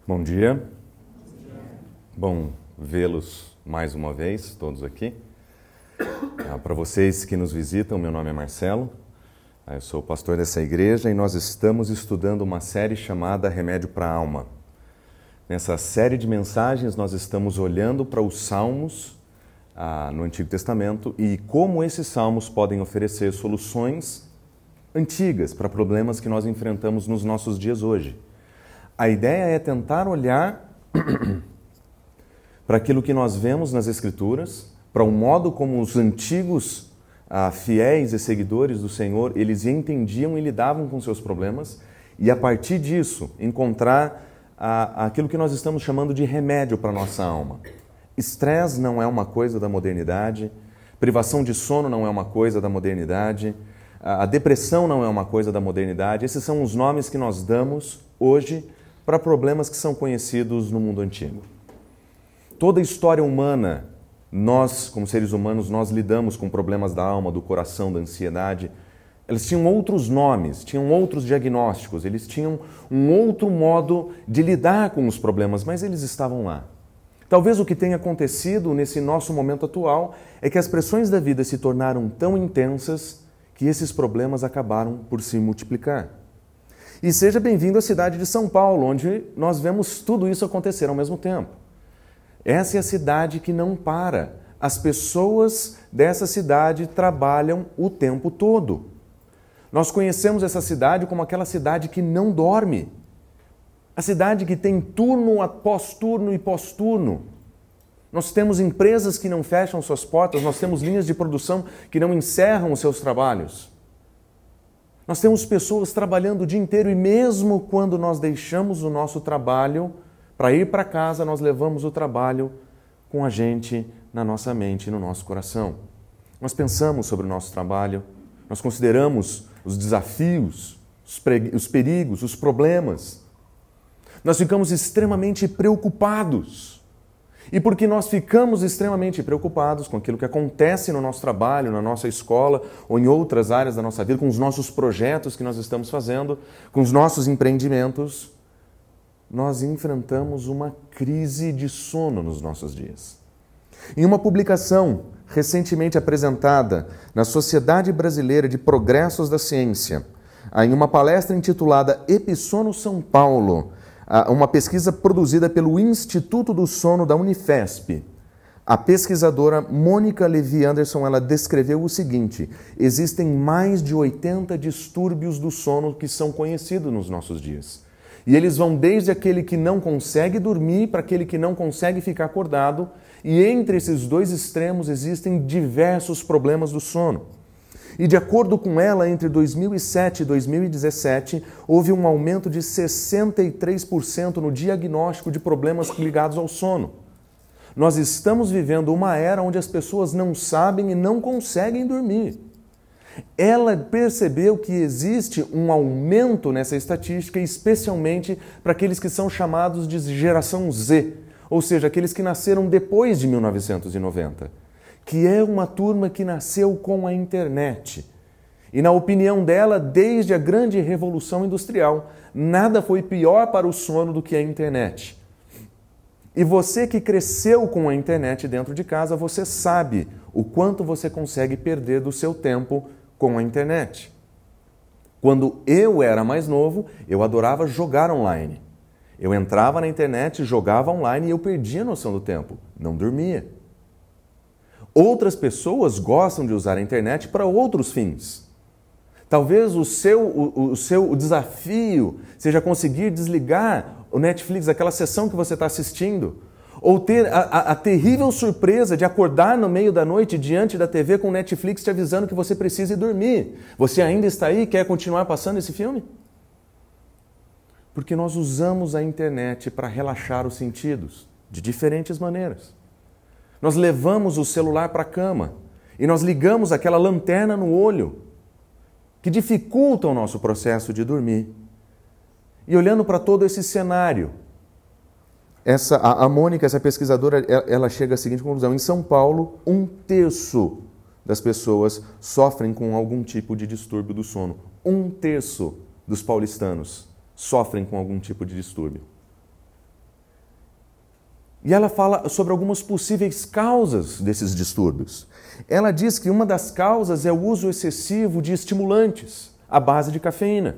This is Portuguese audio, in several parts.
Bom dia. Bom vê-los mais uma vez, todos aqui. Para vocês que nos visitam, meu nome é Marcelo, eu sou o pastor dessa igreja e nós estamos estudando uma série chamada Remédio para a Alma. Nessa série de mensagens nós estamos olhando para os Salmos no Antigo Testamento e como esses Salmos podem oferecer soluções antigas para problemas que nós enfrentamos nos nossos dias hoje. A ideia é tentar olhar para aquilo que nós vemos nas Escrituras, para o modo como os antigos fiéis e seguidores do Senhor, eles entendiam e lidavam com seus problemas, e a partir disso encontrar aquilo que nós estamos chamando de remédio para a nossa alma. Estresse não é uma coisa da modernidade, privação de sono não é uma coisa da modernidade, a depressão não é uma coisa da modernidade. Esses são os nomes que nós damos hoje para problemas que são conhecidos no mundo antigo. Toda a história humana, nós, como seres humanos, nós lidamos com problemas da alma, do coração, da ansiedade. Eles tinham outros nomes, tinham outros diagnósticos, eles tinham um outro modo de lidar com os problemas, mas eles estavam lá. Talvez o que tenha acontecido nesse nosso momento atual é que as pressões da vida se tornaram tão intensas que esses problemas acabaram por se multiplicar. E seja bem-vindo à cidade de São Paulo, onde nós vemos tudo isso acontecer ao mesmo tempo. Essa é a cidade que não para. As pessoas dessa cidade trabalham o tempo todo. Nós conhecemos essa cidade como aquela cidade que não dorme. A cidade que tem turno após turno e pós-turno. Nós temos empresas que não fecham suas portas, nós temos linhas de produção que não encerram os seus trabalhos. Nós temos pessoas trabalhando o dia inteiro e mesmo quando nós deixamos o nosso trabalho para ir para casa, nós levamos o trabalho com a gente na nossa mente e no nosso coração. Nós pensamos sobre o nosso trabalho, nós consideramos os desafios, os perigos, os problemas. Nós ficamos extremamente preocupados. E porque nós ficamos extremamente preocupados com aquilo que acontece no nosso trabalho, na nossa escola ou em outras áreas da nossa vida, com os nossos projetos que nós estamos fazendo, com os nossos empreendimentos, nós enfrentamos uma crise de sono nos nossos dias. Em uma publicação recentemente apresentada na Sociedade Brasileira de Progressos da Ciência, em uma palestra intitulada Epissono São Paulo, uma pesquisa produzida pelo Instituto do Sono da Unifesp, a pesquisadora Mônica Levi Anderson, ela descreveu o seguinte: existem mais de 80 distúrbios do sono que são conhecidos nos nossos dias. E eles vão desde aquele que não consegue dormir para aquele que não consegue ficar acordado, e entre esses dois extremos existem diversos problemas do sono. E de acordo com ela, entre 2007 e 2017, houve um aumento de 63% no diagnóstico de problemas ligados ao sono. Nós estamos vivendo uma era onde as pessoas não sabem e não conseguem dormir. Ela percebeu que existe um aumento nessa estatística, especialmente para aqueles que são chamados de geração Z, ou seja, aqueles que nasceram depois de 1990. Que é uma turma que nasceu com a internet. E na opinião dela, desde a grande revolução industrial, nada foi pior para o sono do que a internet. E você que cresceu com a internet dentro de casa, você sabe o quanto você consegue perder do seu tempo com a internet. Quando eu era mais novo, eu adorava jogar online. Eu entrava na internet, jogava online e eu perdia a noção do tempo. Não dormia. Outras pessoas gostam de usar a internet para outros fins. Talvez o seu desafio seja conseguir desligar o Netflix, aquela sessão que você está assistindo, ou ter a terrível surpresa de acordar no meio da noite diante da TV com o Netflix te avisando que você precisa ir dormir. Você ainda está aí e quer continuar passando esse filme? Porque nós usamos a internet para relaxar os sentidos de diferentes maneiras. Nós levamos o celular para a cama e nós ligamos aquela lanterna no olho que dificulta o nosso processo de dormir. E olhando para todo esse cenário, a Mônica, essa pesquisadora, ela chega à seguinte conclusão: em São Paulo, 1/3 das pessoas sofrem com algum tipo de distúrbio do sono. 1/3 dos paulistanos sofrem com algum tipo de distúrbio. E ela fala sobre algumas possíveis causas desses distúrbios. Ela diz que uma das causas é o uso excessivo de estimulantes à base de cafeína.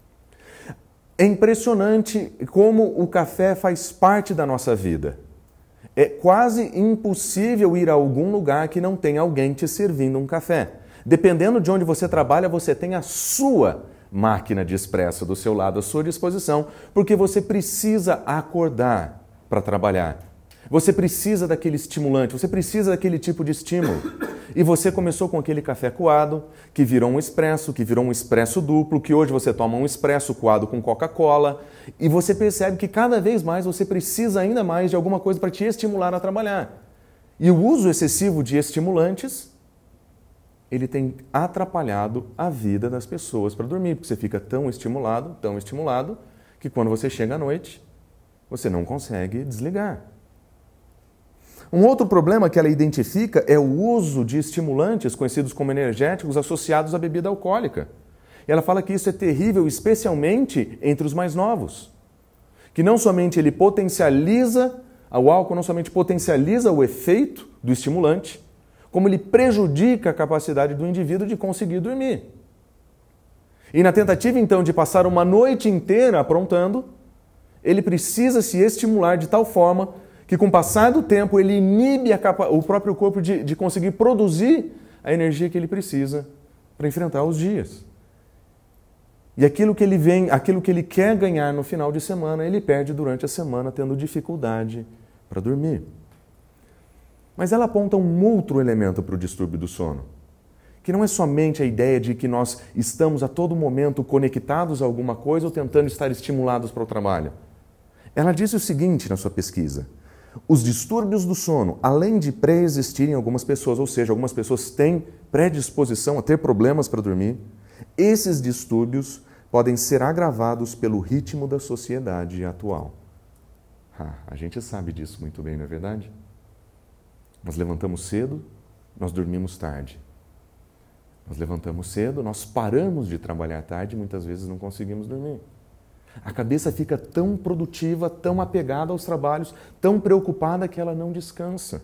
É impressionante como o café faz parte da nossa vida. É quase impossível ir a algum lugar que não tenha alguém te servindo um café. Dependendo de onde você trabalha, você tem a sua máquina de expresso do seu lado, à sua disposição, porque você precisa acordar para trabalhar. Você precisa daquele estimulante, você precisa daquele tipo de estímulo. E você começou com aquele café coado, que virou um expresso duplo, que hoje você toma um expresso coado com Coca-Cola, e você percebe que cada vez mais você precisa ainda mais de alguma coisa para te estimular a trabalhar. E o uso excessivo de estimulantes, ele tem atrapalhado a vida das pessoas para dormir, porque você fica tão estimulado, que quando você chega à noite, você não consegue desligar. Um outro problema que ela identifica é o uso de estimulantes conhecidos como energéticos associados à bebida alcoólica. E ela fala que isso é terrível, especialmente entre os mais novos. Que não somente ele potencializa, o álcool não somente potencializa o efeito do estimulante, como ele prejudica a capacidade do indivíduo de conseguir dormir. E na tentativa, então, de passar uma noite inteira aprontando, ele precisa se estimular de tal forma que, com o passar do tempo, ele inibe o próprio corpo de conseguir produzir a energia que ele precisa para enfrentar os dias. E aquilo que ele quer ganhar no final de semana, ele perde durante a semana, tendo dificuldade para dormir. Mas ela aponta um outro elemento para o distúrbio do sono, que não é somente a ideia de que nós estamos a todo momento conectados a alguma coisa ou tentando estar estimulados para o trabalho. Ela disse o seguinte na sua pesquisa: os distúrbios do sono, além de pré-existirem em algumas pessoas, ou seja, algumas pessoas têm predisposição a ter problemas para dormir, esses distúrbios podem ser agravados pelo ritmo da sociedade atual. A gente sabe disso muito bem, não é verdade? Nós levantamos cedo, nós dormimos tarde. Nós levantamos cedo, nós paramos de trabalhar tarde e muitas vezes não conseguimos dormir. A cabeça fica tão produtiva, tão apegada aos trabalhos, tão preocupada que ela não descansa.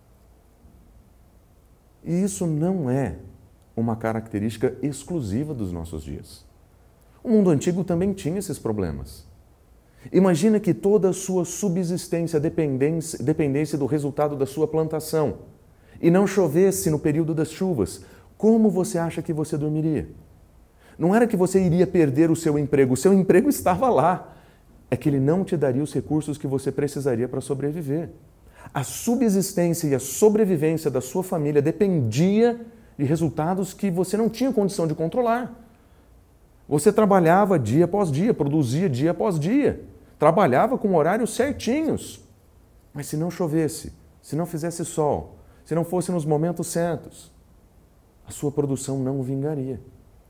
E isso não é uma característica exclusiva dos nossos dias. O mundo antigo também tinha esses problemas. Imagina que toda a sua subsistência dependesse do resultado da sua plantação e não chovesse no período das chuvas. Como você acha que você dormiria? Não era que você iria perder o seu emprego estava lá. É que ele não te daria os recursos que você precisaria para sobreviver. A subsistência e a sobrevivência da sua família dependia de resultados que você não tinha condição de controlar. Você trabalhava dia após dia, produzia dia após dia, trabalhava com horários certinhos. Mas se não chovesse, se não fizesse sol, se não fosse nos momentos certos, a sua produção não vingaria.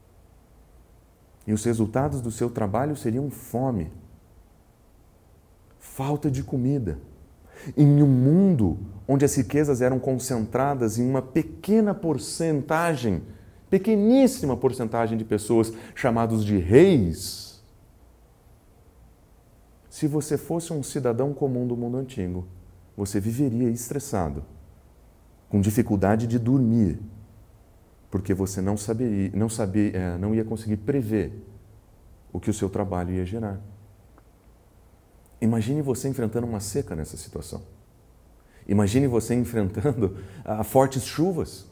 E os resultados do seu trabalho seriam fome, falta de comida. Em um mundo onde as riquezas eram concentradas em uma pequena porcentagem, pequeníssima porcentagem de pessoas chamados de reis, se você fosse um cidadão comum do mundo antigo, você viveria estressado, com dificuldade de dormir, porque você não ia conseguir prever o que o seu trabalho ia gerar. Imagine você enfrentando uma seca nessa situação. Imagine você enfrentando fortes chuvas.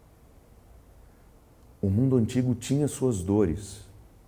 O mundo antigo tinha suas dores.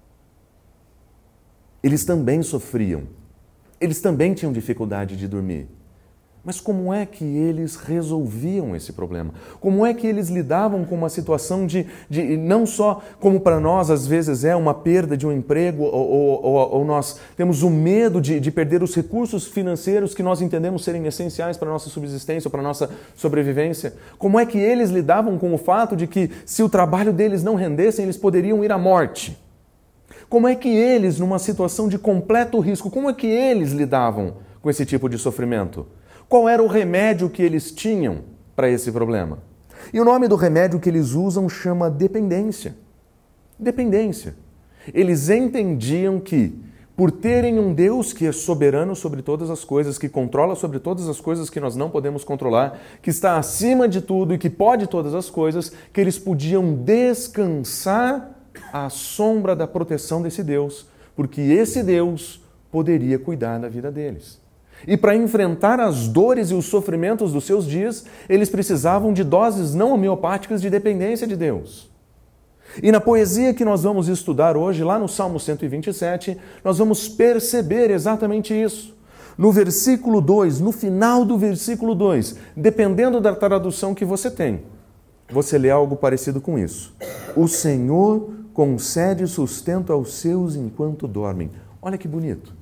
Eles também sofriam. Eles também tinham dificuldade de dormir. Mas como é que eles resolviam esse problema? Como é que eles lidavam com uma situação de não só como para nós às vezes é uma perda de um emprego ou nós temos o medo de perder os recursos financeiros que nós entendemos serem essenciais para a nossa subsistência ou para a nossa sobrevivência? Como é que eles lidavam com o fato de que se o trabalho deles não rendesse, eles poderiam ir à morte? Como é que eles, numa situação de completo risco, como é que eles lidavam com esse tipo de sofrimento? Qual era o remédio que eles tinham para esse problema? E o nome do remédio que eles usam chama dependência. Dependência. Eles entendiam que por terem um Deus que é soberano sobre todas as coisas, que controla sobre todas as coisas que nós não podemos controlar, que está acima de tudo e que pode todas as coisas, que eles podiam descansar à sombra da proteção desse Deus, porque esse Deus poderia cuidar da vida deles. E para enfrentar as dores e os sofrimentos dos seus dias, eles precisavam de doses não homeopáticas de dependência de Deus. E na poesia que nós vamos estudar hoje, lá no Salmo 127, nós vamos perceber exatamente isso. No versículo 2, no final do versículo 2, dependendo da tradução que você tem, você lê algo parecido com isso. O Senhor concede sustento aos seus enquanto dormem. Olha que bonito.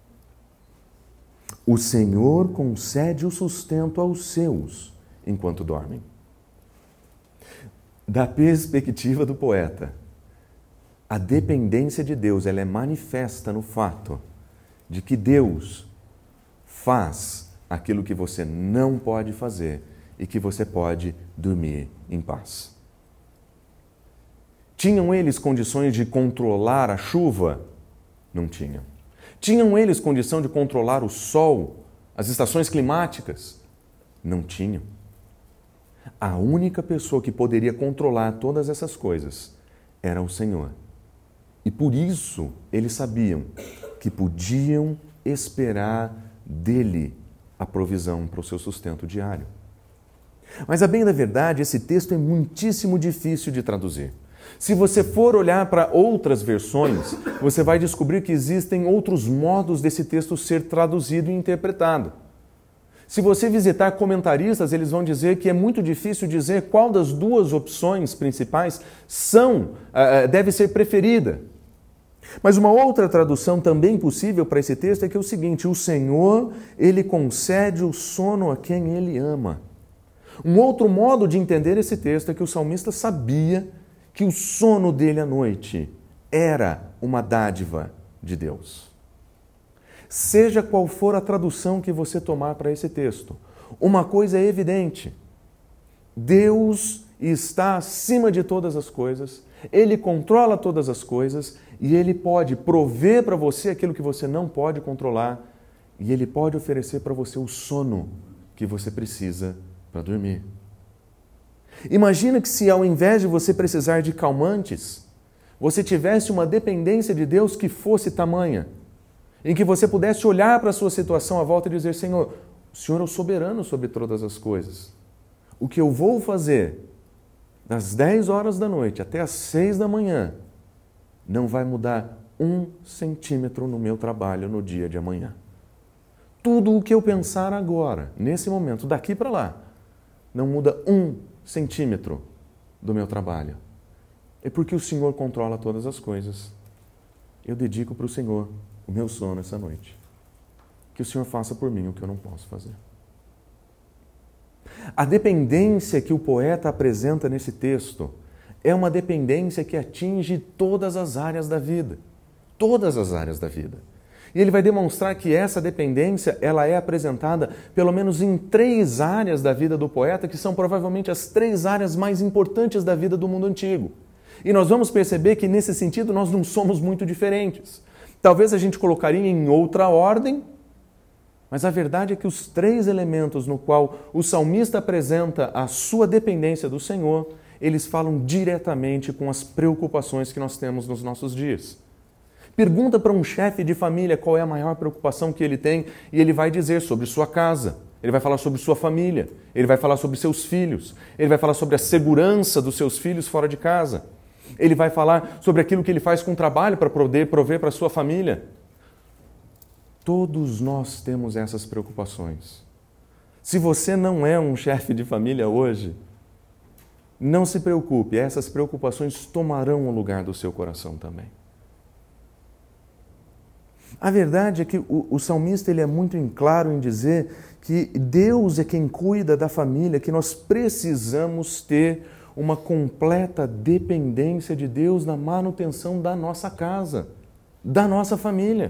O Senhor concede o sustento aos seus enquanto dormem. Da perspectiva do poeta, a dependência de Deus ela é manifesta no fato de que Deus faz aquilo que você não pode fazer e que você pode dormir em paz. Tinham eles condições de controlar a chuva? Não tinham. Tinham eles condição de controlar o sol, as estações climáticas? Não tinham. A única pessoa que poderia controlar todas essas coisas era o Senhor. E por isso eles sabiam que podiam esperar dele a provisão para o seu sustento diário. Mas a bem da verdade, esse texto é muitíssimo difícil de traduzir. Se você for olhar para outras versões, você vai descobrir que existem outros modos desse texto ser traduzido e interpretado. Se você visitar comentaristas, eles vão dizer que é muito difícil dizer qual das duas opções principais deve ser preferida. Mas uma outra tradução também possível para esse texto é que é o seguinte: o Senhor, Ele concede o sono a quem Ele ama. Um outro modo de entender esse texto é que o salmista sabia que o sono dele à noite era uma dádiva de Deus. Seja qual for a tradução que você tomar para esse texto, uma coisa é evidente: Deus está acima de todas as coisas, Ele controla todas as coisas e Ele pode prover para você aquilo que você não pode controlar e Ele pode oferecer para você o sono que você precisa para dormir. Imagina que se ao invés de você precisar de calmantes, você tivesse uma dependência de Deus que fosse tamanha, em que você pudesse olhar para a sua situação à volta e dizer: Senhor, o Senhor é o soberano sobre todas as coisas. O que eu vou fazer das 10 horas da noite até as 6 da manhã não vai mudar 1 centímetro no meu trabalho no dia de amanhã. Tudo o que eu pensar agora, nesse momento, daqui para lá, não muda 1 centímetro do meu trabalho. É porque o Senhor controla todas as coisas. Eu dedico para o Senhor o meu sono essa noite. Que o Senhor faça por mim o que eu não posso fazer. A dependência que o poeta apresenta nesse texto é uma dependência que atinge todas as áreas da vida. Todas as áreas da vida. E ele vai demonstrar que essa dependência ela é apresentada pelo menos em 3 áreas da vida do poeta, que são provavelmente as 3 áreas mais importantes da vida do mundo antigo. E nós vamos perceber que nesse sentido nós não somos muito diferentes. Talvez a gente colocaria em outra ordem, mas a verdade é que os 3 elementos no qual o salmista apresenta a sua dependência do Senhor, eles falam diretamente com as preocupações que nós temos nos nossos dias. Pergunta para um chefe de família qual é a maior preocupação que ele tem e ele vai dizer sobre sua casa, ele vai falar sobre sua família, ele vai falar sobre seus filhos, ele vai falar sobre a segurança dos seus filhos fora de casa, ele vai falar sobre aquilo que ele faz com o trabalho para poder prover para a sua família. Todos nós temos essas preocupações. Se você não é um chefe de família hoje, não se preocupe, essas preocupações tomarão o lugar do seu coração também. A verdade é que o salmista ele é muito claro em dizer que Deus é quem cuida da família, que nós precisamos ter uma completa dependência de Deus na manutenção da nossa casa, da nossa família.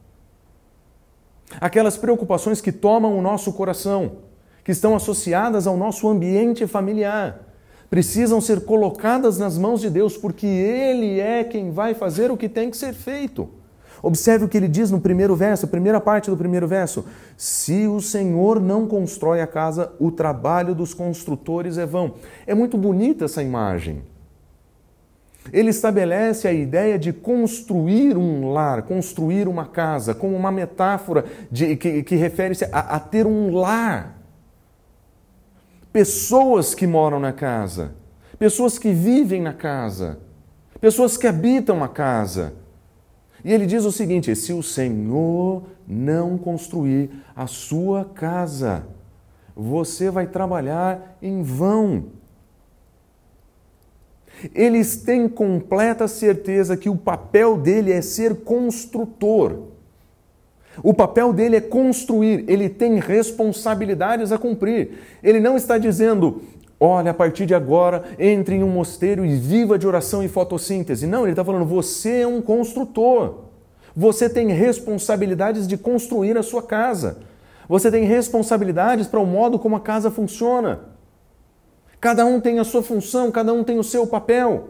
Aquelas preocupações que tomam o nosso coração, que estão associadas ao nosso ambiente familiar, precisam ser colocadas nas mãos de Deus, porque Ele é quem vai fazer o que tem que ser feito. Observe o que ele diz no primeiro verso, a primeira parte do primeiro verso. Se o Senhor não constrói a casa, o trabalho dos construtores é vão. É muito bonita essa imagem. Ele estabelece a ideia de construir um lar, construir uma casa, como uma metáfora que refere-se a ter um lar. Pessoas que moram na casa, pessoas que vivem na casa, pessoas que habitam a casa. E ele diz o seguinte: se o Senhor não construir a sua casa, você vai trabalhar em vão. Eles têm completa certeza que o papel dele é ser construtor. O papel dele é construir, ele tem responsabilidades a cumprir. Ele não está dizendo: olha, a partir de agora, entre em um mosteiro e viva de oração e fotossíntese. Não, ele está falando: você é um construtor. Você tem responsabilidades de construir a sua casa. Você tem responsabilidades para o modo como a casa funciona. Cada um tem a sua função, cada um tem o seu papel.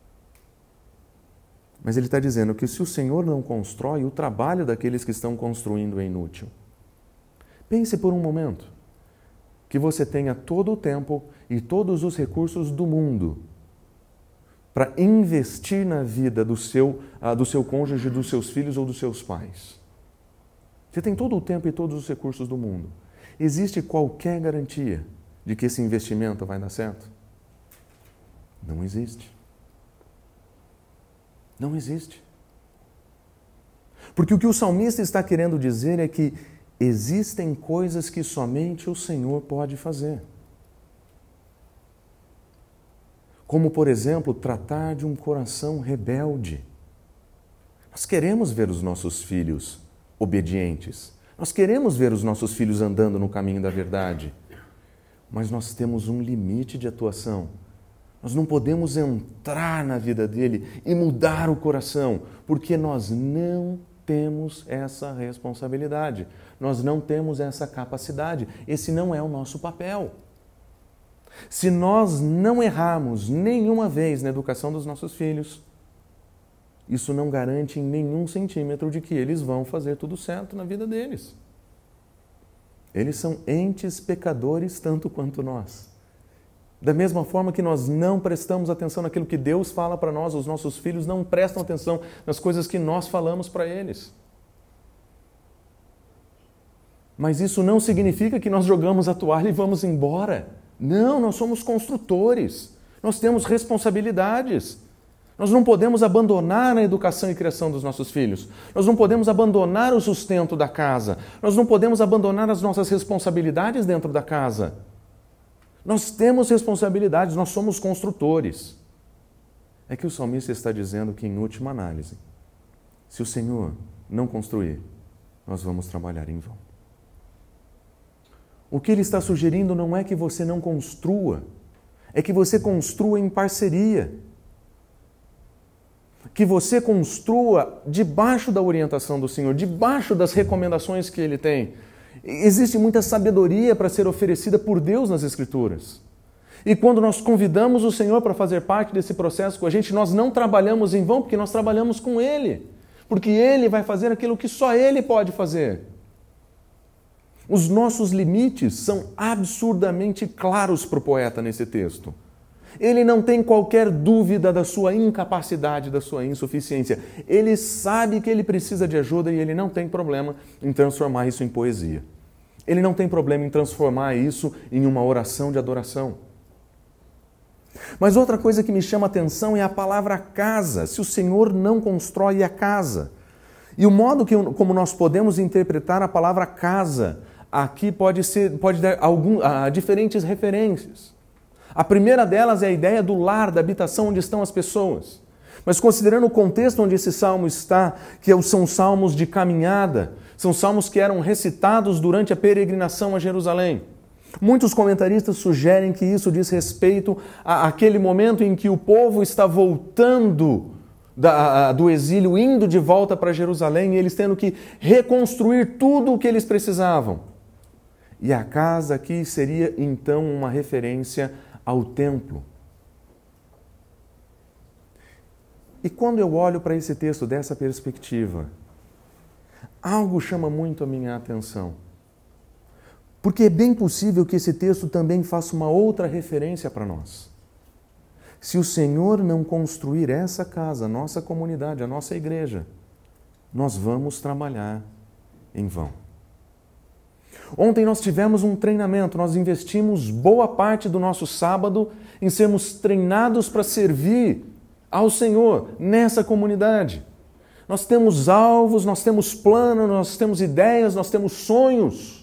Mas ele está dizendo que se o Senhor não constrói, o trabalho daqueles que estão construindo é inútil. Pense por um momento que você tenha todo o tempo e todos os recursos do mundo para investir na vida do seu cônjuge, dos seus filhos ou dos seus pais. Você tem todo o tempo e todos os recursos do mundo. Existe qualquer garantia de que esse investimento vai dar certo? Não existe. Não existe. Porque o que o salmista está querendo dizer é que existem coisas que somente o Senhor pode fazer. Como, por exemplo, tratar de um coração rebelde. Nós queremos ver os nossos filhos obedientes. Nós queremos ver os nossos filhos andando no caminho da verdade. Mas nós temos um limite de atuação. Nós não podemos entrar na vida dele e mudar o coração, porque nós não temos essa responsabilidade. Nós não temos essa capacidade. Esse não é o nosso papel. Se nós não errarmos nenhuma vez na educação dos nossos filhos, isso não garante em nenhum centímetro de que eles vão fazer tudo certo na vida deles. Eles são entes pecadores tanto quanto nós. Da mesma forma que nós não prestamos atenção naquilo que Deus fala para nós, os nossos filhos não prestam atenção nas coisas que nós falamos para eles. Mas isso não significa que nós jogamos a toalha e vamos embora. Não, nós somos construtores. Nós temos responsabilidades. Nós não podemos abandonar a educação e criação dos nossos filhos. Nós não podemos abandonar o sustento da casa. Nós não podemos abandonar as nossas responsabilidades dentro da casa. Nós temos responsabilidades, nós somos construtores. É que o salmista está dizendo que, em última análise, se o Senhor não construir, nós vamos trabalhar em vão. O que ele está sugerindo não é que você não construa, é que você construa em parceria. Que você construa debaixo da orientação do Senhor, debaixo das recomendações que Ele tem. Existe muita sabedoria para ser oferecida por Deus nas Escrituras. E quando nós convidamos o Senhor para fazer parte desse processo com a gente, nós não trabalhamos em vão, porque nós trabalhamos com Ele. Porque Ele vai fazer aquilo que só Ele pode fazer. Os nossos limites são absurdamente claros para o poeta nesse texto. Ele não tem qualquer dúvida da sua incapacidade, da sua insuficiência. Ele sabe que ele precisa de ajuda e ele não tem problema em transformar isso em poesia. Ele não tem problema em transformar isso em uma oração de adoração. Mas outra coisa que me chama a atenção é a palavra casa. Se o Senhor não constrói a casa. E o modo como nós podemos interpretar a palavra casa aqui pode dar diferentes referências. A primeira delas é a ideia do lar, da habitação onde estão as pessoas. Mas considerando o contexto onde esse salmo está, que são salmos de caminhada, são salmos que eram recitados durante a peregrinação a Jerusalém. Muitos comentaristas sugerem que isso diz respeito àquele momento em que o povo está voltando do exílio, indo de volta para Jerusalém, e eles tendo que reconstruir tudo o que eles precisavam. E a casa aqui seria então uma referência ao templo. E quando eu olho para esse texto dessa perspectiva, algo chama muito a minha atenção. Porque é bem possível que esse texto também faça uma outra referência para nós. Se o Senhor não construir essa casa, a nossa comunidade, a nossa igreja, nós vamos trabalhar em vão. Ontem nós tivemos um treinamento, nós investimos boa parte do nosso sábado em sermos treinados para servir ao Senhor nessa comunidade. Nós temos alvos, nós temos planos, nós temos ideias, nós temos sonhos.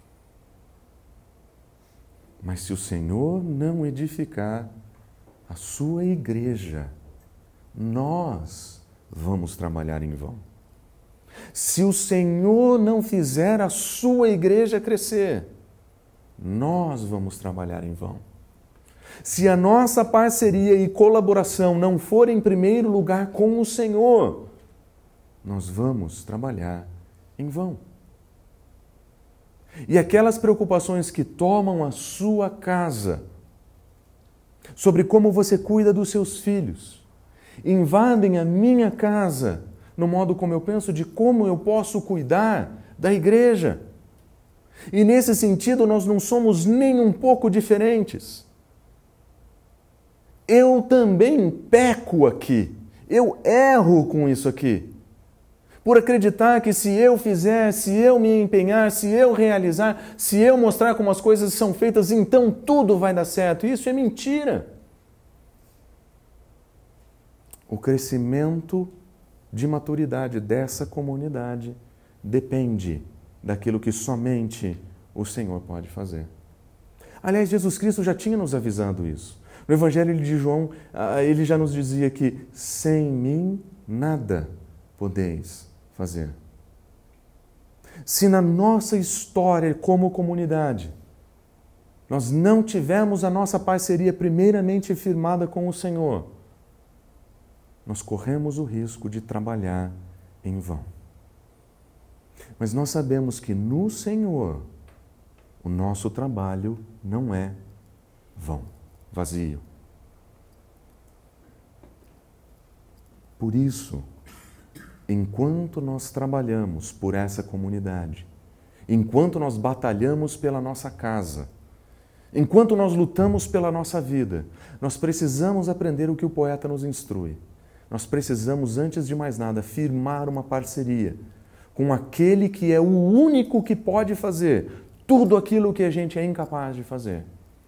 Mas se o Senhor não edificar a sua igreja, nós vamos trabalhar em vão. Se o Senhor não fizer a sua igreja crescer, nós vamos trabalhar em vão. Se a nossa parceria e colaboração não for em primeiro lugar com o Senhor, nós vamos trabalhar em vão. E aquelas preocupações que tomam a sua casa, sobre como você cuida dos seus filhos, invadem a minha casa, no modo como eu penso de como eu posso cuidar da igreja. E nesse sentido nós não somos nem um pouco diferentes. Eu também peco aqui, eu erro com isso aqui. Por acreditar que se eu fizer, se eu me empenhar, se eu realizar, se eu mostrar como as coisas são feitas, então tudo vai dar certo. Isso é mentira. O crescimento de maturidade dessa comunidade depende daquilo que somente o Senhor pode fazer. Aliás, Jesus Cristo já tinha nos avisado isso. No Evangelho de João, ele já nos dizia que sem mim nada podeis fazer. Se na nossa história como comunidade nós não tivermos a nossa parceria primeiramente firmada com o Senhor, nós corremos o risco de trabalhar em vão. Mas nós sabemos que no Senhor o nosso trabalho não é vão, vazio. Por isso, enquanto nós trabalhamos por essa comunidade, enquanto nós batalhamos pela nossa casa, enquanto nós lutamos pela nossa vida, nós precisamos aprender o que o poeta nos instrui. Nós precisamos, antes de mais nada, firmar uma parceria com aquele que é o único que pode fazer tudo aquilo que a gente é incapaz de fazer.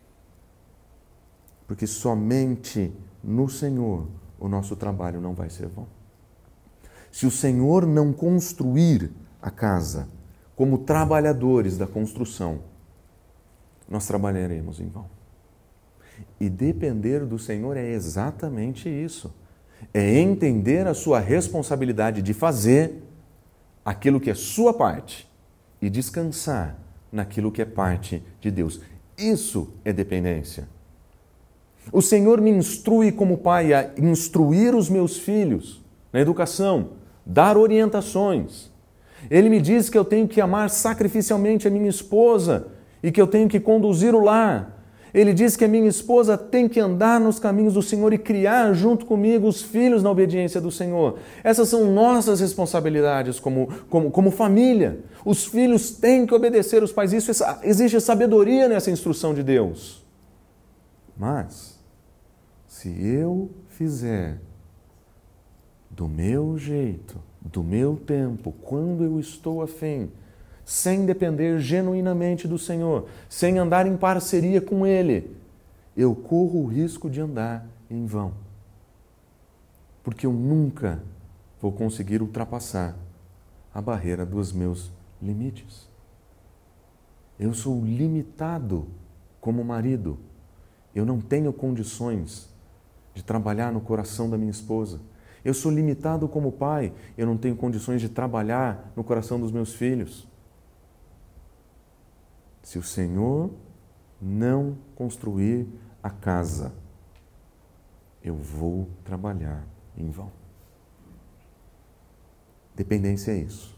Porque somente no Senhor o nosso trabalho não vai ser vão. Se o Senhor não construir a casa como trabalhadores da construção, nós trabalharemos em vão. E depender do Senhor é exatamente isso. É entender a sua responsabilidade de fazer aquilo que é sua parte e descansar naquilo que é parte de Deus. Isso é dependência. O Senhor me instrui como pai a instruir os meus filhos na educação, dar orientações. Ele me diz que eu tenho que amar sacrificialmente a minha esposa e que eu tenho que conduzir o lar. Ele diz que a minha esposa tem que andar nos caminhos do Senhor e criar junto comigo os filhos na obediência do Senhor. Essas são nossas responsabilidades como família. Os filhos têm que obedecer os pais. Existe sabedoria nessa instrução de Deus. Mas, se eu fizer do meu jeito, do meu tempo, quando eu estou afim, sem depender genuinamente do Senhor, sem andar em parceria com Ele, eu corro o risco de andar em vão. Porque eu nunca vou conseguir ultrapassar a barreira dos meus limites. Eu sou limitado como marido. Eu não tenho condições de trabalhar no coração da minha esposa. Eu sou limitado como pai, eu não tenho condições de trabalhar no coração dos meus filhos. Se o Senhor não construir a casa, eu vou trabalhar em vão. Dependência é isso.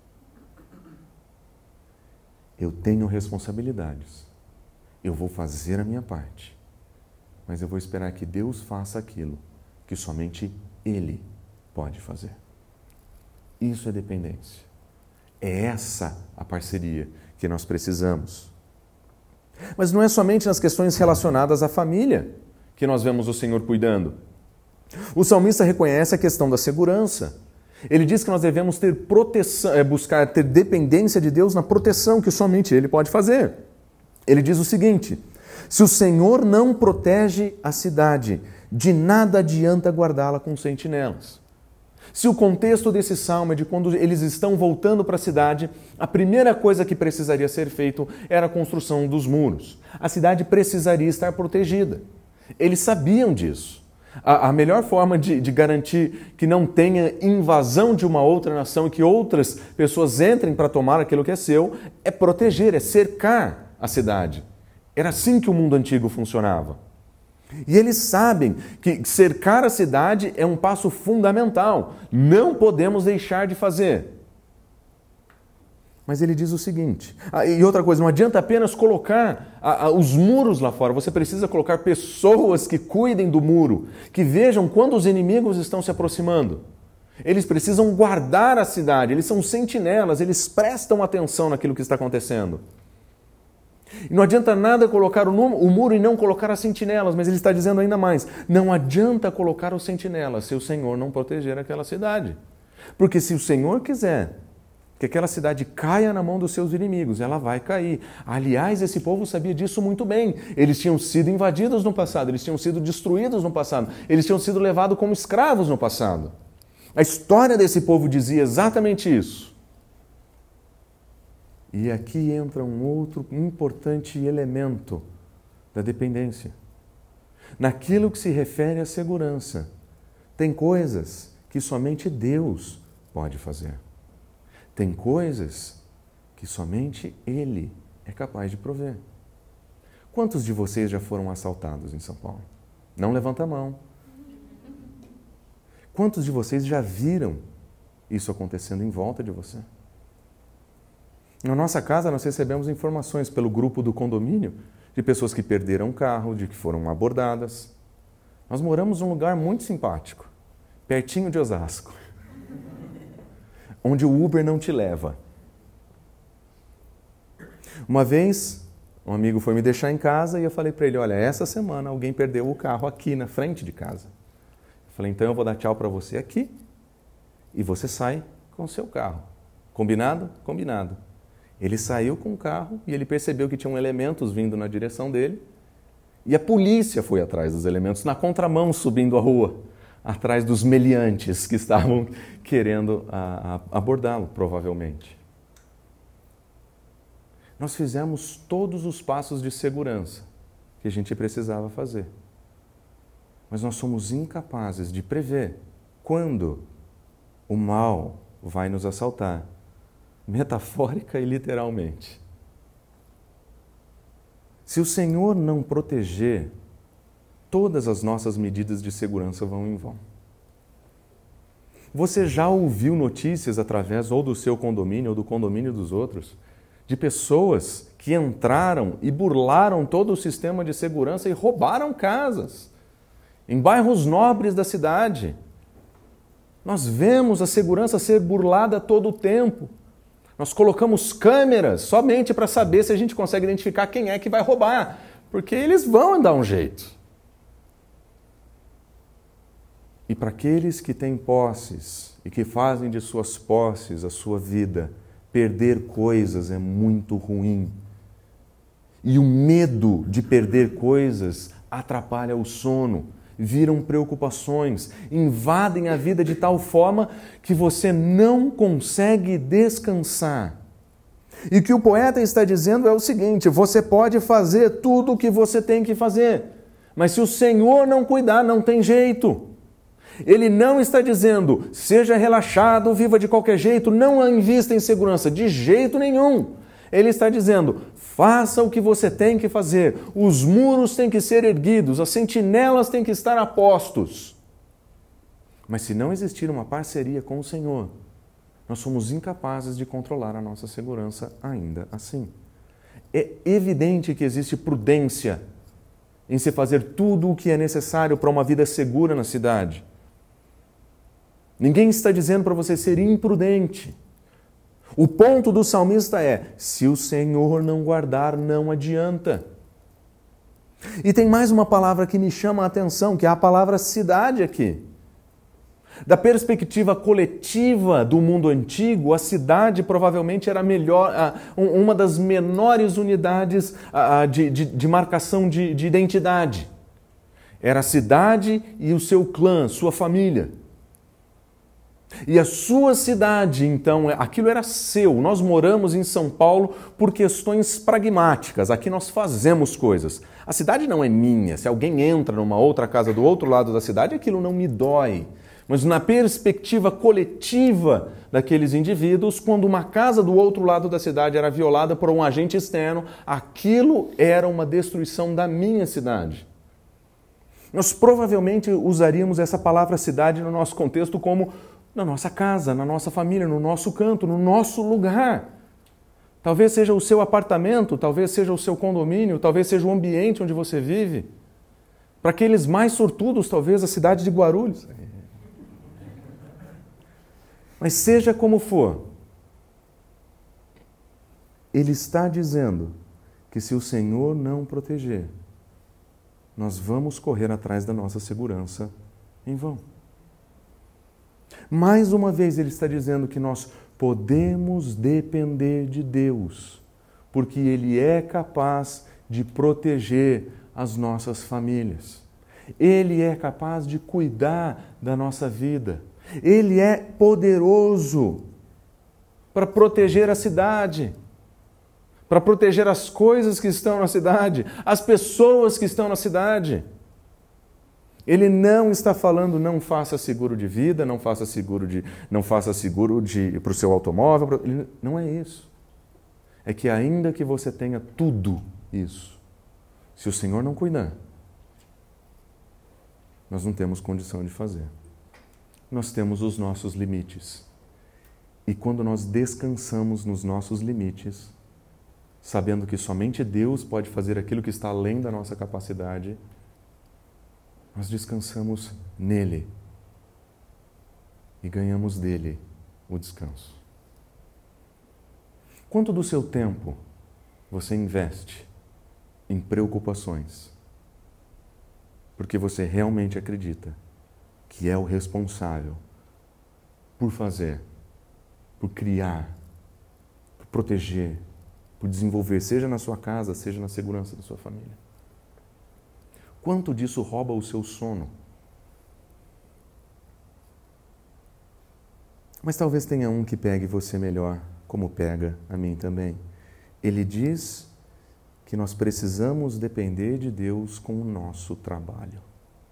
Eu tenho responsabilidades. Eu vou fazer a minha parte. Mas eu vou esperar que Deus faça aquilo que somente Ele pode fazer. Isso é dependência. É essa a parceria que nós precisamos. Mas não é somente nas questões relacionadas à família que nós vemos o Senhor cuidando. O salmista reconhece a questão da segurança. Ele diz que nós devemos ter proteção, buscar ter dependência de Deus na proteção que somente Ele pode fazer. Ele diz o seguinte: se o Senhor não protege a cidade, de nada adianta guardá-la com sentinelas. Se o contexto desse salmo é de quando eles estão voltando para a cidade, a primeira coisa que precisaria ser feito era a construção dos muros. A cidade precisaria estar protegida. Eles sabiam disso. A melhor forma de garantir que não tenha invasão de uma outra nação e que outras pessoas entrem para tomar aquilo que é seu é proteger, é cercar a cidade. Era assim que o mundo antigo funcionava. E eles sabem que cercar a cidade é um passo fundamental. Não podemos deixar de fazer. Mas ele diz o seguinte, e outra coisa, não adianta apenas colocar os muros lá fora, você precisa colocar pessoas que cuidem do muro, que vejam quando os inimigos estão se aproximando. Eles precisam guardar a cidade, eles são sentinelas, eles prestam atenção naquilo que está acontecendo. E não adianta nada colocar o muro e não colocar as sentinelas, mas ele está dizendo ainda mais, não adianta colocar os sentinelas se o Senhor não proteger aquela cidade. Porque se o Senhor quiser que aquela cidade caia na mão dos seus inimigos, ela vai cair. Aliás, esse povo sabia disso muito bem. Eles tinham sido invadidos no passado, eles tinham sido destruídos no passado, eles tinham sido levados como escravos no passado. A história desse povo dizia exatamente isso. E aqui entra um outro importante elemento da dependência. Naquilo que se refere à segurança, tem coisas que somente Deus pode fazer. Tem coisas que somente Ele é capaz de prover. Quantos de vocês já foram assaltados em São Paulo? Não levanta a mão. Quantos de vocês já viram isso acontecendo em volta de você? Na nossa casa, nós recebemos informações pelo grupo do condomínio de pessoas que perderam o carro, de que foram abordadas. Nós moramos num lugar muito simpático, pertinho de Osasco, onde o Uber não te leva. Uma vez, um amigo foi me deixar em casa e eu falei para ele, olha, essa semana alguém perdeu o carro aqui na frente de casa. Eu falei, então eu vou dar tchau para você aqui e você sai com o seu carro. Combinado? Combinado. Ele saiu com o carro e ele percebeu que tinham elementos vindo na direção dele e a polícia foi atrás dos elementos, na contramão, subindo a rua, atrás dos meliantes que estavam querendo abordá-lo, provavelmente. Nós fizemos todos os passos de segurança que a gente precisava fazer. Mas nós somos incapazes de prever quando o mal vai nos assaltar, metafórica e literalmente. Se o Senhor não proteger, todas as nossas medidas de segurança vão em vão. Você já ouviu notícias através ou do seu condomínio ou do condomínio dos outros, de pessoas que entraram e burlaram todo o sistema de segurança e roubaram casas em bairros nobres da cidade? Nós vemos a segurança ser burlada a todo o tempo. Nós colocamos câmeras somente para saber se a gente consegue identificar quem é que vai roubar, porque eles vão dar um jeito. E para aqueles que têm posses e que fazem de suas posses a sua vida, perder coisas é muito ruim. E o medo de perder coisas atrapalha o sono, viram preocupações, invadem a vida de tal forma que você não consegue descansar. E o que o poeta está dizendo é o seguinte, você pode fazer tudo o que você tem que fazer, mas se o Senhor não cuidar, não tem jeito. Ele não está dizendo, seja relaxado, viva de qualquer jeito, não invista em segurança, de jeito nenhum. Ele está dizendo, faça o que você tem que fazer, os muros têm que ser erguidos, as sentinelas têm que estar a postos. Mas se não existir uma parceria com o Senhor, nós somos incapazes de controlar a nossa segurança ainda assim. É evidente que existe prudência em se fazer tudo o que é necessário para uma vida segura na cidade. Ninguém está dizendo para você ser imprudente. O ponto do salmista é: se o Senhor não guardar, não adianta. E tem mais uma palavra que me chama a atenção, que é a palavra cidade aqui. Da perspectiva coletiva do mundo antigo, a cidade provavelmente era uma das menores unidades de marcação de identidade. Era a cidade e o seu clã, sua família. E a sua cidade, então, aquilo era seu. Nós moramos em São Paulo por questões pragmáticas. Aqui nós fazemos coisas. A cidade não é minha. Se alguém entra numa outra casa do outro lado da cidade, aquilo não me dói. Mas na perspectiva coletiva daqueles indivíduos, quando uma casa do outro lado da cidade era violada por um agente externo, aquilo era uma destruição da minha cidade. Nós provavelmente usaríamos essa palavra cidade no nosso contexto como na nossa casa, na nossa família, no nosso canto, no nosso lugar. Talvez seja o seu apartamento, talvez seja o seu condomínio, talvez seja o ambiente onde você vive. Para aqueles mais sortudos, talvez a cidade de Guarulhos. Mas seja como for, ele está dizendo que se o Senhor não proteger, nós vamos correr atrás da nossa segurança em vão. Mais uma vez ele está dizendo que nós podemos depender de Deus, porque Ele é capaz de proteger as nossas famílias. Ele é capaz de cuidar da nossa vida. Ele é poderoso para proteger a cidade, para proteger as coisas que estão na cidade, as pessoas que estão na cidade. Ele não está falando não faça seguro de vida, não faça seguro para o seu automóvel. Não é isso. É que ainda que você tenha tudo isso, se o Senhor não cuidar, nós não temos condição de fazer. Nós temos os nossos limites. E quando nós descansamos nos nossos limites, sabendo que somente Deus pode fazer aquilo que está além da nossa capacidade, nós descansamos nele e ganhamos dele o descanso. Quanto do seu tempo você investe em preocupações? Porque você realmente acredita que é o responsável por fazer, por criar, por proteger, por desenvolver, seja na sua casa, seja na segurança da sua família. Quanto disso rouba o seu sono? Mas talvez tenha um que pegue você melhor, como pega a mim também. Ele diz que nós precisamos depender de Deus com o nosso trabalho.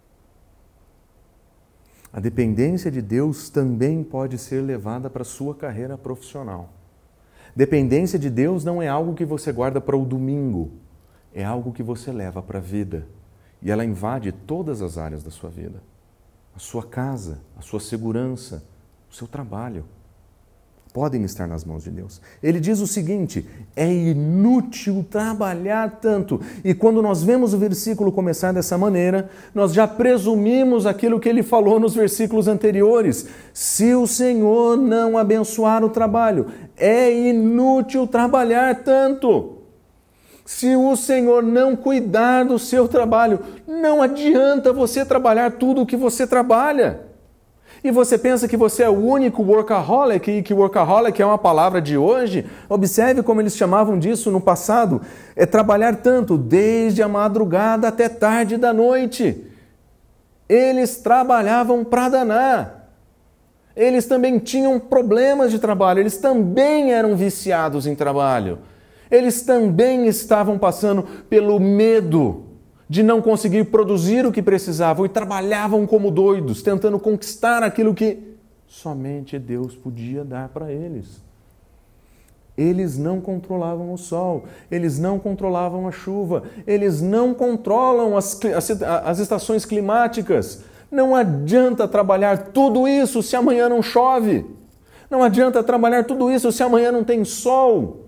A dependência de Deus também pode ser levada para a sua carreira profissional. Dependência de Deus não é algo que você guarda para o domingo, é algo que você leva para a vida. E ela invade todas as áreas da sua vida. A sua casa, a sua segurança, o seu trabalho. Podem estar nas mãos de Deus. Ele diz o seguinte: é inútil trabalhar tanto. E quando nós vemos o versículo começar dessa maneira, nós já presumimos aquilo que ele falou nos versículos anteriores. Se o Senhor não abençoar o trabalho, é inútil trabalhar tanto. Se o Senhor não cuidar do seu trabalho, não adianta você trabalhar tudo o que você trabalha. E você pensa que você é o único workaholic e que workaholic é uma palavra de hoje? Observe como eles chamavam disso no passado. É trabalhar tanto, desde a madrugada até tarde da noite. Eles trabalhavam para danar. Eles também tinham problemas de trabalho, eles também eram viciados em trabalho. Eles também estavam passando pelo medo de não conseguir produzir o que precisavam e trabalhavam como doidos, tentando conquistar aquilo que somente Deus podia dar para eles. Eles não controlavam o sol, eles não controlavam a chuva, eles não controlam as estações climáticas. Não adianta trabalhar tudo isso se amanhã não chove. Não adianta trabalhar tudo isso se amanhã não tem sol.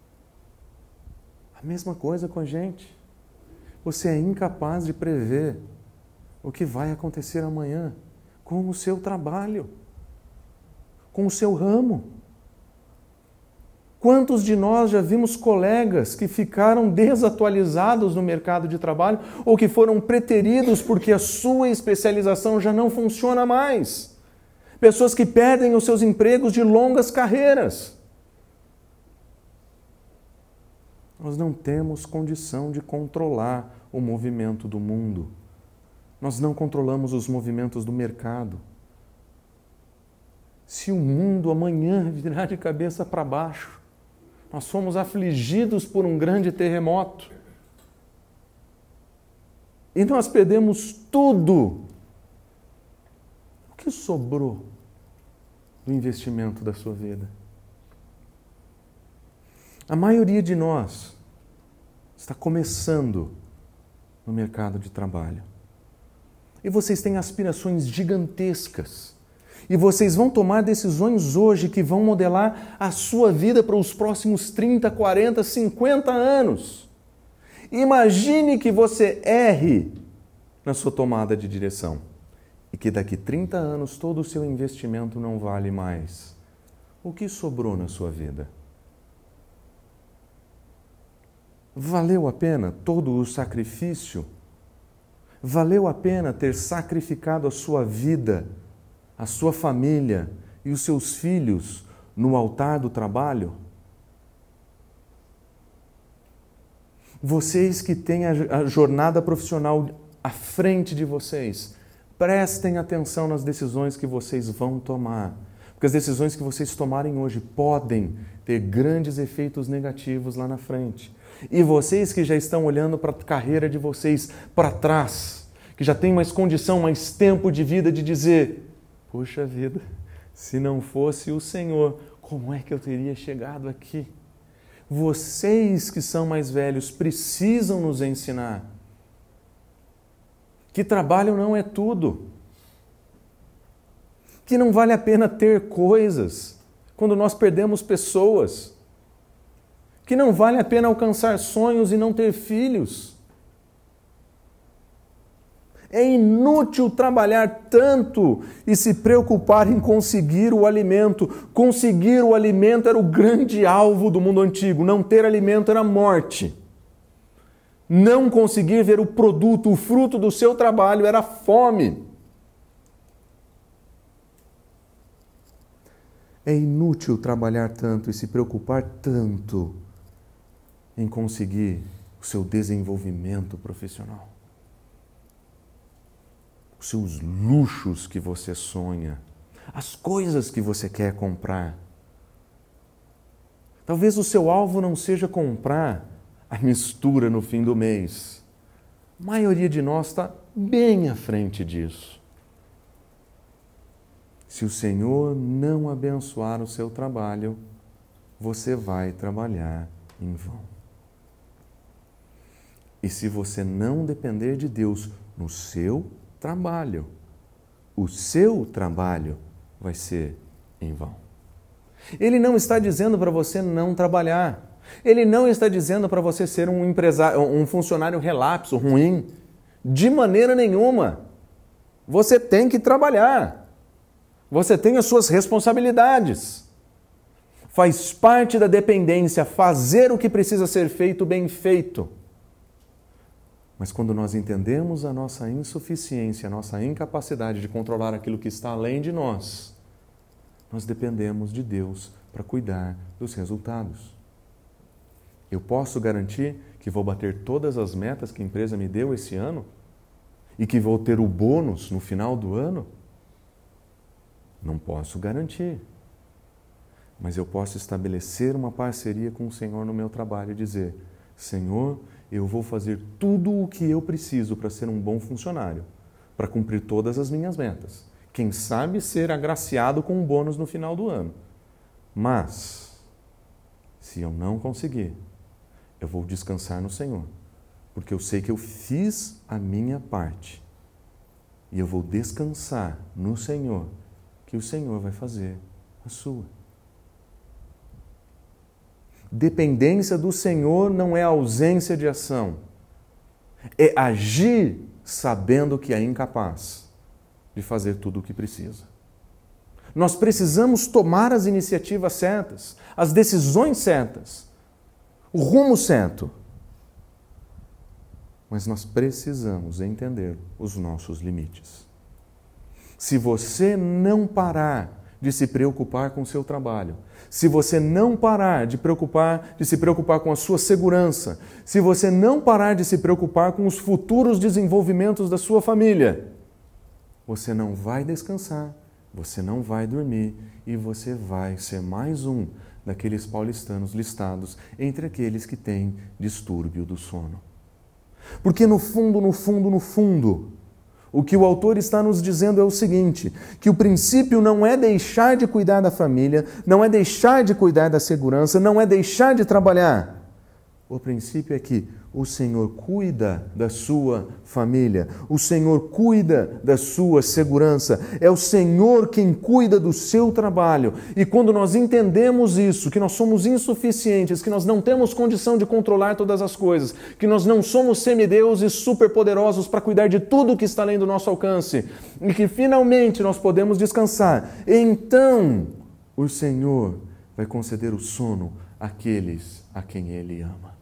A mesma coisa com a gente. Você é incapaz de prever o que vai acontecer amanhã com o seu trabalho, com o seu ramo. Quantos de nós já vimos colegas que ficaram desatualizados no mercado de trabalho ou que foram preteridos porque a sua especialização já não funciona mais? Pessoas que perdem os seus empregos de longas carreiras. Nós não temos condição de controlar o movimento do mundo. Nós não controlamos os movimentos do mercado. Se o mundo amanhã virar de cabeça para baixo, nós fomos afligidos por um grande terremoto e nós perdemos tudo, o que sobrou do investimento da sua vida? A maioria de nós está começando no mercado de trabalho. E vocês têm aspirações gigantescas. E vocês vão tomar decisões hoje que vão modelar a sua vida para os próximos 30, 40, 50 anos. Imagine que você erre na sua tomada de direção e que daqui 30 anos todo o seu investimento não vale mais. O que sobrou na sua vida? Valeu a pena todo o sacrifício? Valeu a pena ter sacrificado a sua vida, a sua família e os seus filhos no altar do trabalho? Vocês que têm a jornada profissional à frente de vocês, prestem atenção nas decisões que vocês vão tomar, porque as decisões que vocês tomarem hoje podem ter grandes efeitos negativos lá na frente. E vocês que já estão olhando para a carreira de vocês para trás, que já têm mais condição, mais tempo de vida de dizer: puxa vida, se não fosse o Senhor, como é que eu teria chegado aqui? Vocês que são mais velhos precisam nos ensinar que trabalho não é tudo, que não vale a pena ter coisas quando nós perdemos pessoas, que não vale a pena alcançar sonhos e não ter filhos. É inútil trabalhar tanto e se preocupar em conseguir o alimento. Conseguir o alimento era o grande alvo do mundo antigo. Não ter alimento era morte. Não conseguir ver o produto, o fruto do seu trabalho era fome. É inútil trabalhar tanto e se preocupar tanto em conseguir o seu desenvolvimento profissional. Os seus luxos que você sonha, as coisas que você quer comprar. Talvez o seu alvo não seja comprar a mistura no fim do mês. A maioria de nós está bem à frente disso. Se o Senhor não abençoar o seu trabalho, você vai trabalhar em vão. E se você não depender de Deus no seu trabalho, o seu trabalho vai ser em vão. Ele não está dizendo para você não trabalhar. Ele não está dizendo para você ser um empresário, um funcionário relapso, ruim. De maneira nenhuma. Você tem que trabalhar. Você tem as suas responsabilidades. Faz parte da dependência fazer o que precisa ser feito bem feito. Mas quando nós entendemos a nossa insuficiência, a nossa incapacidade de controlar aquilo que está além de nós, nós dependemos de Deus para cuidar dos resultados. Eu posso garantir que vou bater todas as metas que a empresa me deu esse ano e que vou ter o bônus no final do ano? Não posso garantir. Mas eu posso estabelecer uma parceria com o Senhor no meu trabalho e dizer: Senhor, eu vou fazer tudo o que eu preciso para ser um bom funcionário, para cumprir todas as minhas metas. Quem sabe ser agraciado com um bônus no final do ano. Mas, se eu não conseguir, eu vou descansar no Senhor, porque eu sei que eu fiz a minha parte. E eu vou descansar no Senhor, que o Senhor vai fazer a sua. Dependência do Senhor não é ausência de ação. É agir sabendo que é incapaz de fazer tudo o que precisa. Nós precisamos tomar as iniciativas certas, as decisões certas, o rumo certo. Mas nós precisamos entender os nossos limites. Se você não parar de se preocupar com o seu trabalho, se você não parar de se preocupar com a sua segurança, se você não parar de se preocupar com os futuros desenvolvimentos da sua família, você não vai descansar, você não vai dormir e você vai ser mais um daqueles paulistanos listados entre aqueles que têm distúrbio do sono. Porque no fundo, o que o autor está nos dizendo é o seguinte, que o princípio não é deixar de cuidar da família, não é deixar de cuidar da segurança, não é deixar de trabalhar. O princípio é que o Senhor cuida da sua família, o Senhor cuida da sua segurança, é o Senhor quem cuida do seu trabalho. E quando nós entendemos isso, que nós somos insuficientes, que nós não temos condição de controlar todas as coisas, que nós não somos semideuses superpoderosos para cuidar de tudo que está além do nosso alcance, e que finalmente nós podemos descansar, então o Senhor vai conceder o sono àqueles a quem Ele ama.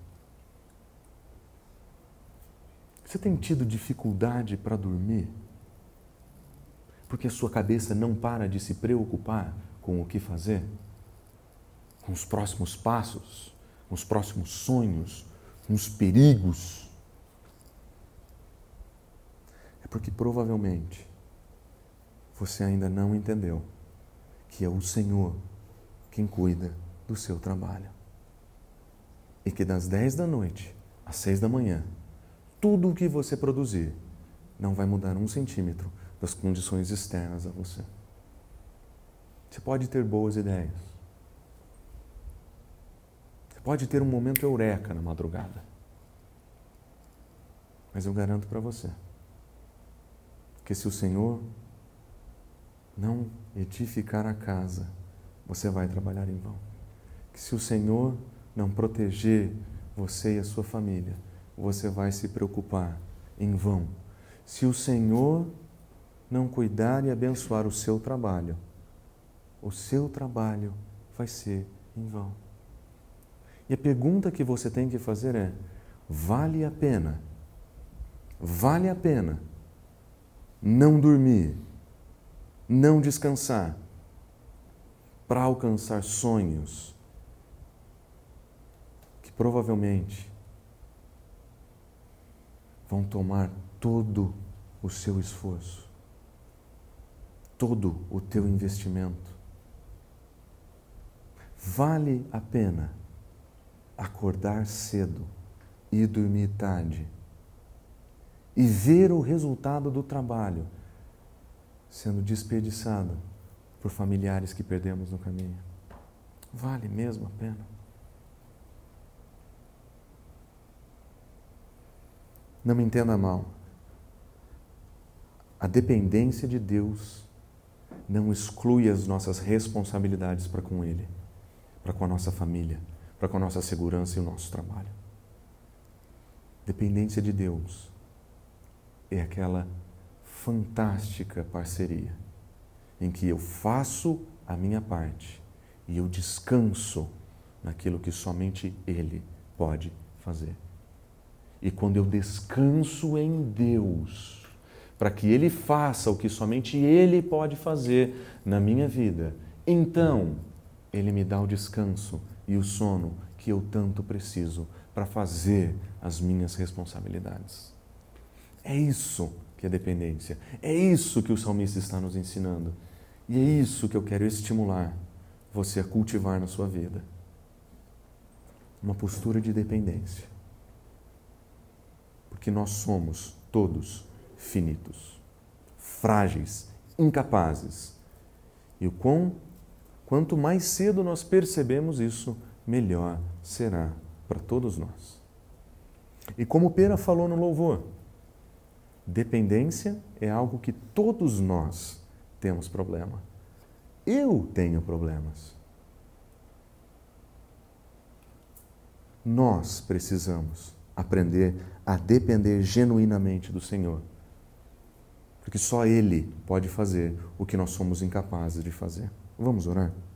Você tem tido dificuldade para dormir? Porque a sua cabeça não para de se preocupar com o que fazer? Com os próximos passos? Com os próximos sonhos? Com os perigos? É porque provavelmente você ainda não entendeu que é o Senhor quem cuida do seu trabalho. E que das 10 da noite às 6 da manhã, tudo o que você produzir não vai mudar 1 centímetro das condições externas a você. Você pode ter boas ideias. Você pode ter um momento eureka na madrugada. Mas eu garanto para você que se o Senhor não edificar a casa, você vai trabalhar em vão. Que se o Senhor não proteger você e a sua família, você vai se preocupar em vão. Se o Senhor não cuidar e abençoar o seu trabalho vai ser em vão. E a pergunta que você tem que fazer é: vale a pena não dormir, não descansar, para alcançar sonhos que provavelmente vão tomar todo o seu esforço, todo o teu investimento? Vale a pena acordar cedo e dormir tarde e ver o resultado do trabalho sendo desperdiçado por familiares que perdemos no caminho? Vale mesmo a pena? Não me entenda mal. A dependência de Deus não exclui as nossas responsabilidades para com Ele, para com a nossa família, para com a nossa segurança e o nosso trabalho. Dependência de Deus é aquela fantástica parceria em que eu faço a minha parte e eu descanso naquilo que somente Ele pode fazer. E quando eu descanso em Deus, para que Ele faça o que somente Ele pode fazer na minha vida, então Ele me dá o descanso e o sono que eu tanto preciso para fazer as minhas responsabilidades. É isso que é dependência. É isso que o salmista está nos ensinando. E é isso que eu quero estimular você a cultivar na sua vida. Uma postura de dependência. Porque nós somos todos finitos, frágeis, incapazes. E quanto mais cedo nós percebemos isso, melhor será para todos nós. E como Pera falou no louvor, dependência é algo que todos nós temos problema. Eu tenho problemas. Nós precisamos aprender a depender genuinamente do Senhor. Porque porque só Ele pode fazer o que nós somos incapazes de fazer. Vamos orar?